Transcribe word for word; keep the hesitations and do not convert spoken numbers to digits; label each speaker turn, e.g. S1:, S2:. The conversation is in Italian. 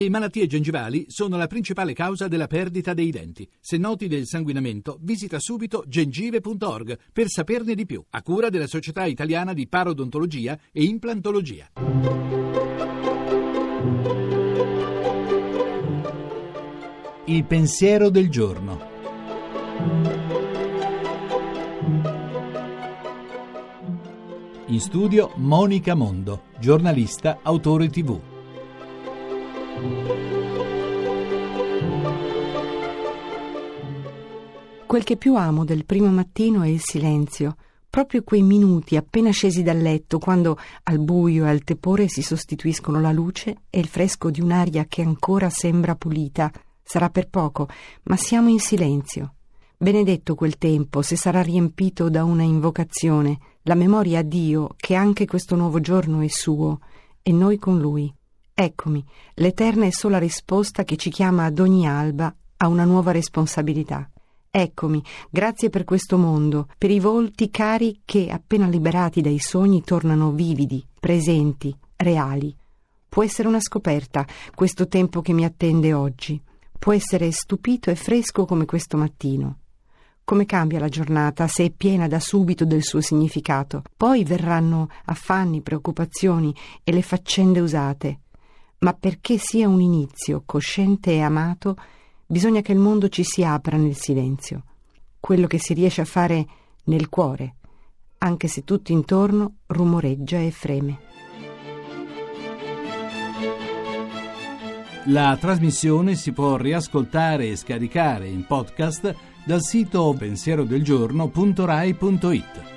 S1: Le malattie gengivali sono la principale causa della perdita dei denti. Se noti del sanguinamento, visita subito gengive punto org per saperne di più, a cura della Società Italiana di Parodontologia e Implantologia. Il pensiero del giorno. In studio Monica Mondo, giornalista, autore tivù.
S2: Quel che più amo del primo mattino è il silenzio, proprio quei minuti appena scesi dal letto, quando al buio e al tepore si sostituiscono la luce e il fresco di un'aria che ancora sembra pulita. Sarà per poco, ma siamo in silenzio. Benedetto quel tempo, se sarà riempito da una invocazione, la memoria a Dio che anche questo nuovo giorno è suo e noi con lui. Eccomi, l'eterna e sola risposta che ci chiama ad ogni alba a una nuova responsabilità. Eccomi, grazie per questo mondo, per i volti cari che, appena liberati dai sogni, tornano vividi, presenti, reali. Può essere una scoperta questo tempo che mi attende oggi. Può essere stupito e fresco come questo mattino. Come cambia la giornata se è piena da subito del suo significato. Poi verranno affanni, preoccupazioni e le faccende usate. Ma perché sia un inizio cosciente e amato, bisogna che il mondo ci si apra nel silenzio, quello che si riesce a fare nel cuore, anche se tutto intorno rumoreggia e freme.
S1: La trasmissione si può riascoltare e scaricare in podcast dal sito pensierodelgiorno punto rai punto it.